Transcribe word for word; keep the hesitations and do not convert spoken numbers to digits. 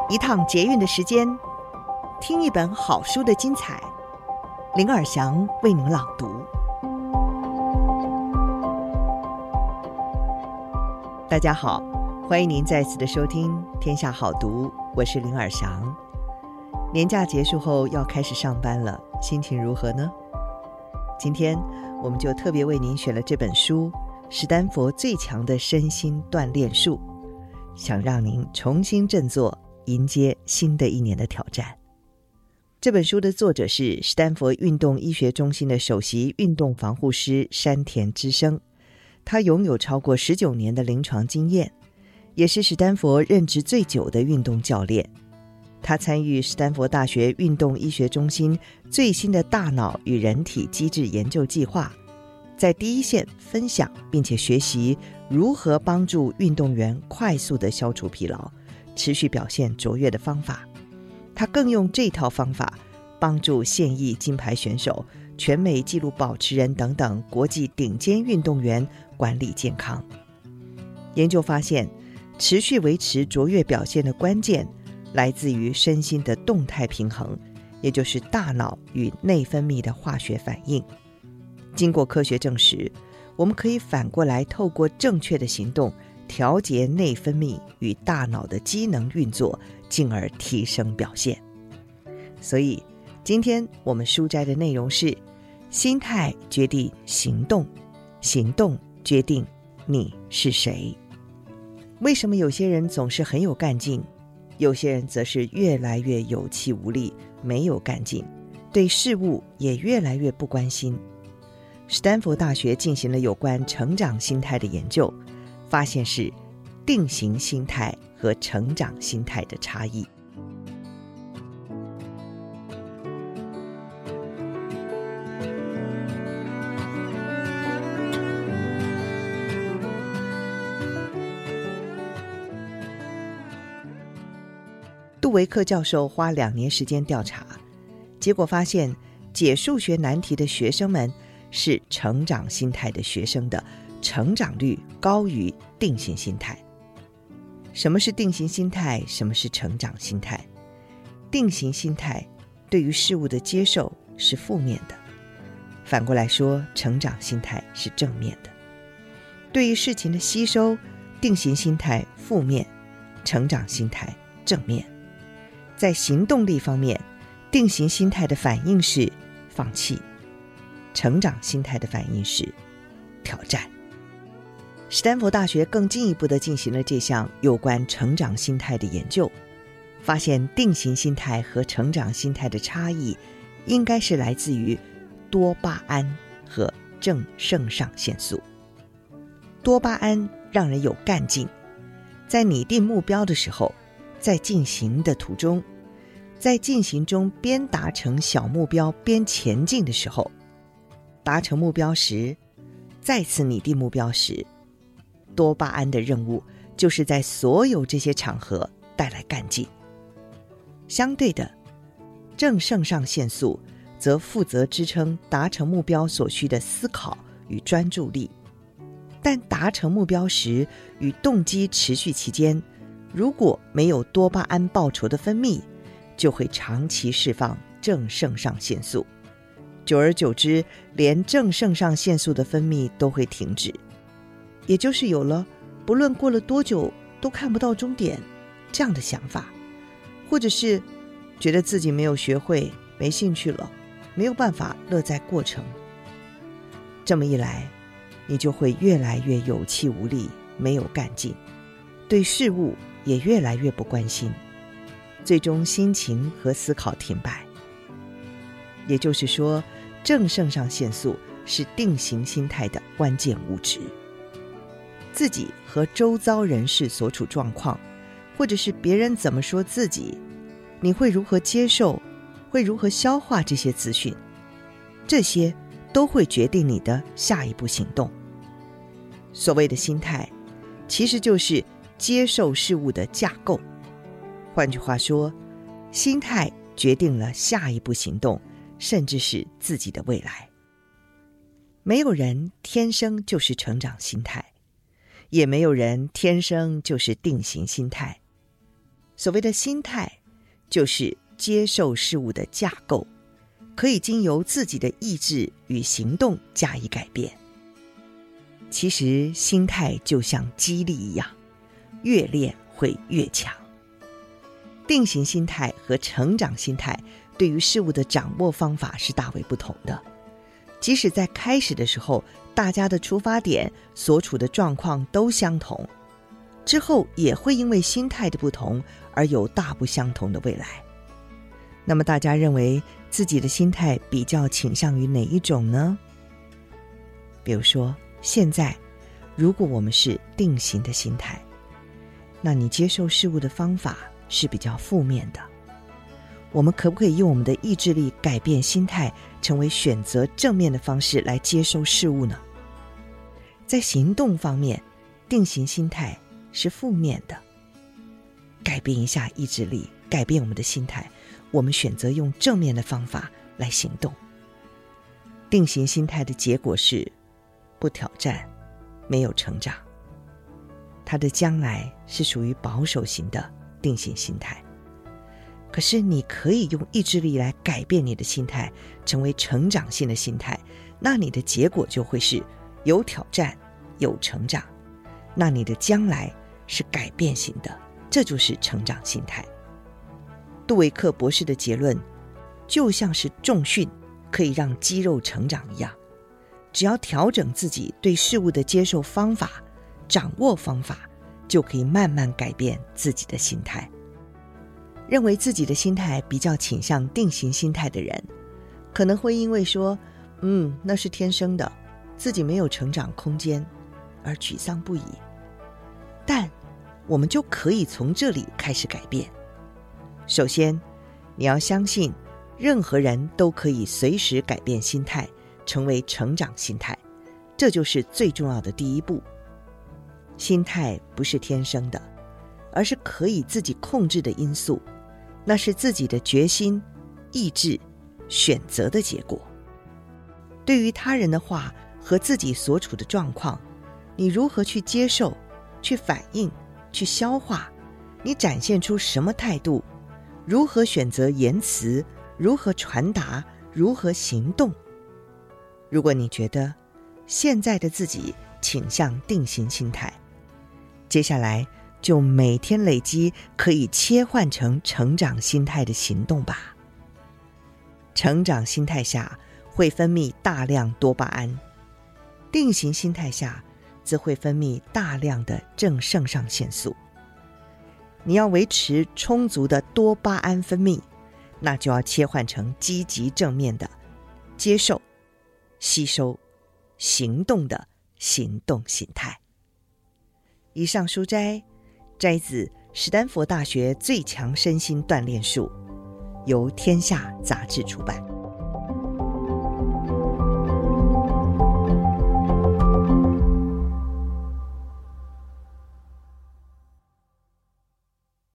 一趟捷运的时间，听一本好书的精彩。林尔祥为您朗读。大家好，欢迎您再次的收听《天下好读》，我是林尔祥。年假结束后要开始上班了，心情如何呢？今天我们就特别为您选了这本书，史丹佛最强的身心锻炼术，想让您重新振作，迎接新的一年的挑战。这本书的作者是史丹佛运动医学中心的首席运动防护师山田之生，他拥有超过十九年的临床经验，也是史丹佛任职最久的运动教练。他参与史丹佛大学运动医学中心最新的大脑与人体机制研究计划，在第一线分享并且学习如何帮助运动员快速地消除疲劳，持续表现卓越的方法。他更用这套方法帮助现役金牌选手、全美纪录保持人等等国际顶尖运动员管理健康。研究发现，持续维持卓越表现的关键来自于身心的动态平衡，也就是大脑与内分泌的化学反应。经过科学证实，我们可以反过来透过正确的行动调节内分泌与大脑的机能运作，进而提升表现。所以今天我们书摘的内容是：心态决定行动，行动决定你是谁。为什么有些人总是很有干劲，有些人则是越来越有气无力，没有干劲，对事物也越来越不关心？史丹佛大学进行了有关成长心态的研究，发现是定型心态和成长心态的差异。杜维克教授花两年时间调查，结果发现解数学难题的学生们是成长心态的学生的成长率高于定型心态。什么是定型心态？什么是成长心态？定型心态对于事物的接受是负面的，反过来说，成长心态是正面的。对于事情的吸收，定型心态负面，成长心态正面。在行动力方面，定型心态的反应是放弃，成长心态的反应是挑战。史丹佛大学更进一步地进行了这项有关成长心态的研究，发现定型心态和成长心态的差异应该是来自于多巴胺和正肾上腺素。多巴胺让人有干劲，在拟定目标的时候，在进行的途中，在进行中边达成小目标边前进的时候，达成目标时，再次拟定目标时，多巴胺的任务就是在所有这些场合带来干劲。相对的，正肾上腺素则负责支撑达成目标所需的思考与专注力，但达成目标时与动机持续期间，如果没有多巴胺报酬的分泌，就会长期释放正肾上腺素，久而久之，连正肾上腺素的分泌都会停止，也就是有了不论过了多久都看不到终点这样的想法，或者是觉得自己没有学会，没兴趣了，没有办法乐在过程。这么一来，你就会越来越有气无力，没有干劲，对事物也越来越不关心，最终心情和思考停摆。也就是说，正肾上腺素是定型心态的关键物质。自己和周遭人士所处状况，或者是别人怎么说自己，你会如何接受，会如何消化这些资讯，这些都会决定你的下一步行动。所谓的心态，其实就是接受事物的架构。换句话说，心态决定了下一步行动，甚至是自己的未来。没有人天生就是成长心态，也没有人天生就是定型心态。 所谓的心态，就是接受事物的架构，可以经由自己的意志与行动加以改变。其实心态就像肌力一样，越练会越强。定型心态和成长心态对于事物的掌握方法是大为不同的。即使在开始的时候，大家的出发点、所处的状况都相同，之后也会因为心态的不同而有大不相同的未来。那么大家认为自己的心态比较倾向于哪一种呢？比如说，现在如果我们是定型的心态，那你接受事物的方法是比较负面的。我们可不可以用我们的意志力改变心态，成为选择正面的方式来接受事物呢？在行动方面，定型心态是负面的。改变一下意志力，改变我们的心态，我们选择用正面的方法来行动。定型心态的结果是不挑战，没有成长。它的将来是属于保守型的定型心态。可是你可以用意志力来改变你的心态，成为成长性的心态，那你的结果就会是有挑战，有成长。那你的将来是改变型的，这就是成长心态。杜维克博士的结论就像是重训可以让肌肉成长一样，只要调整自己对事物的接受方法，掌握方法，就可以慢慢改变自己的心态。认为自己的心态比较倾向定型心态的人，可能会因为说嗯，那是天生的，自己没有成长空间而沮丧不已。但我们就可以从这里开始改变。首先，你要相信任何人都可以随时改变心态，成为成长心态，这就是最重要的第一步。心态不是天生的，而是可以自己控制的因素，那是自己的决心、意志、选择的结果。对于他人的话和自己所处的状况，你如何去接受、去反应、去消化，你展现出什么态度，如何选择言辞，如何传达，如何行动。如果你觉得现在的自己倾向定型心态，接下来就每天累积可以切换成成长心态的行动吧。成长心态下会分泌大量多巴胺，定型心态下则会分泌大量的正肾上腺素。你要维持充足的多巴胺分泌，那就要切换成积极正面的接受、吸收、行动的行动心态。以上书摘摘自史丹佛大学最强身心锻炼术，由天下杂志出版。